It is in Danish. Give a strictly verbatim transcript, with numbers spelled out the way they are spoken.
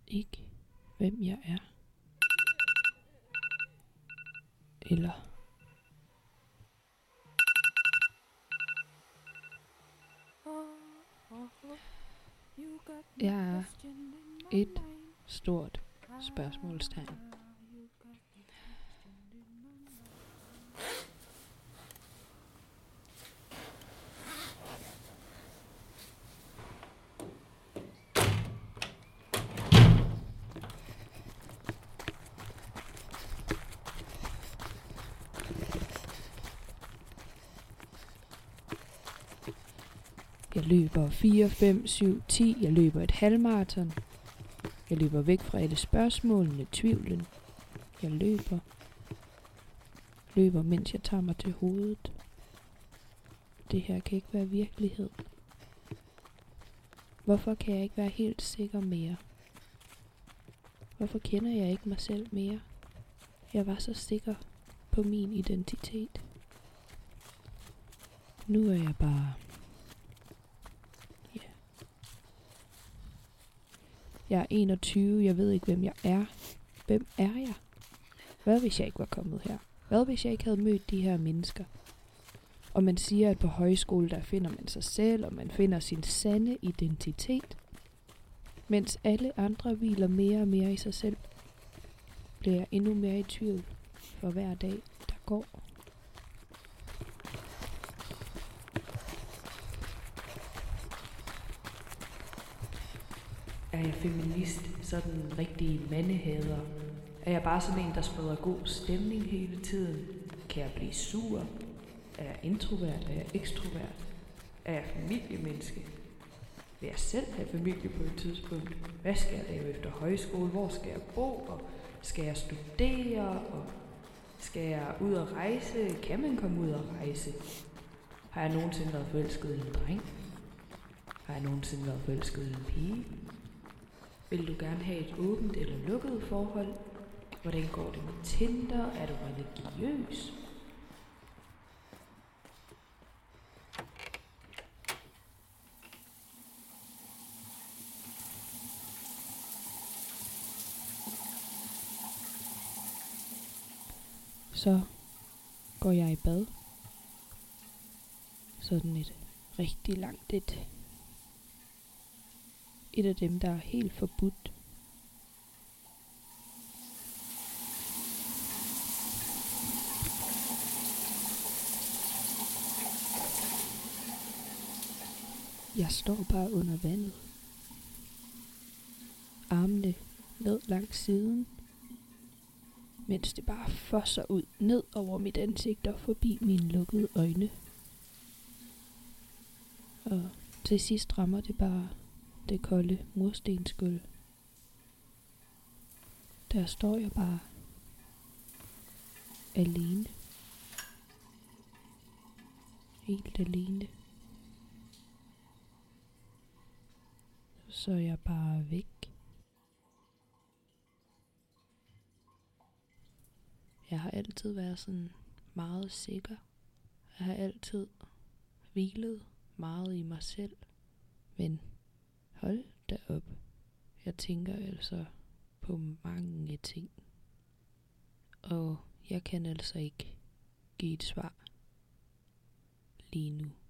ikke, hvem jeg er. Eller jeg er et stort spørgsmålstegn. Jeg løber fire, fem, syv, ti. Jeg løber et halvmaraton. Jeg løber væk fra alle spørgsmålene, tvivlen. Jeg løber. Løber, mens jeg tager mig til hovedet. Det her kan ikke være virkelighed. Hvorfor kan jeg ikke være helt sikker mere? Hvorfor kender jeg ikke mig selv mere? Jeg var så sikker på min identitet. Nu er jeg bare... Ja. Jeg er enogtyve, jeg ved ikke, hvem jeg er. Hvem er jeg? Hvad hvis jeg ikke var kommet her? Hvad hvis jeg ikke havde mødt de her mennesker? Og man siger, at på højskole, der finder man sig selv, og man finder sin sande identitet. Mens alle andre hviler mere og mere i sig selv, bliver jeg endnu mere i tvivl for hver dag, der går. Er jeg feminist, sådan en rigtig mandehader? Er jeg bare sådan en, der spreder god stemning hele tiden? Kan jeg blive sur? Er jeg introvert? Er jeg ekstrovert? Er jeg familiemenneske? Vil jeg selv have familie på et tidspunkt? Hvad skal jeg lave efter højskole? Hvor skal jeg bo? Og skal jeg studere? Og skal jeg ud og rejse? Kan man komme ud og rejse? Har jeg nogensinde været forelsket i en dreng? Har jeg nogensinde været forelsket i en pige? Vil du gerne have et åbent eller lukket forhold? Hvordan går det med Tinder? Er du religiøs? Så går jeg i bad. Sådan et rigtig langt et. Et af dem, der er helt forbudt. Jeg står bare under vandet. Armene ned langs siden, mens det bare fosser ud ned over mit ansigt og forbi mine lukkede øjne. Og til sidst rammer det bare det kolde murstensgulv. Der står jeg bare alene. Helt alene. Så er jeg bare væk. Jeg har altid været sådan meget sikker. Jeg har altid hvilet meget i mig selv. Men hold da op. Jeg tænker altså på mange ting. Og jeg kan altså ikke give et svar lige nu.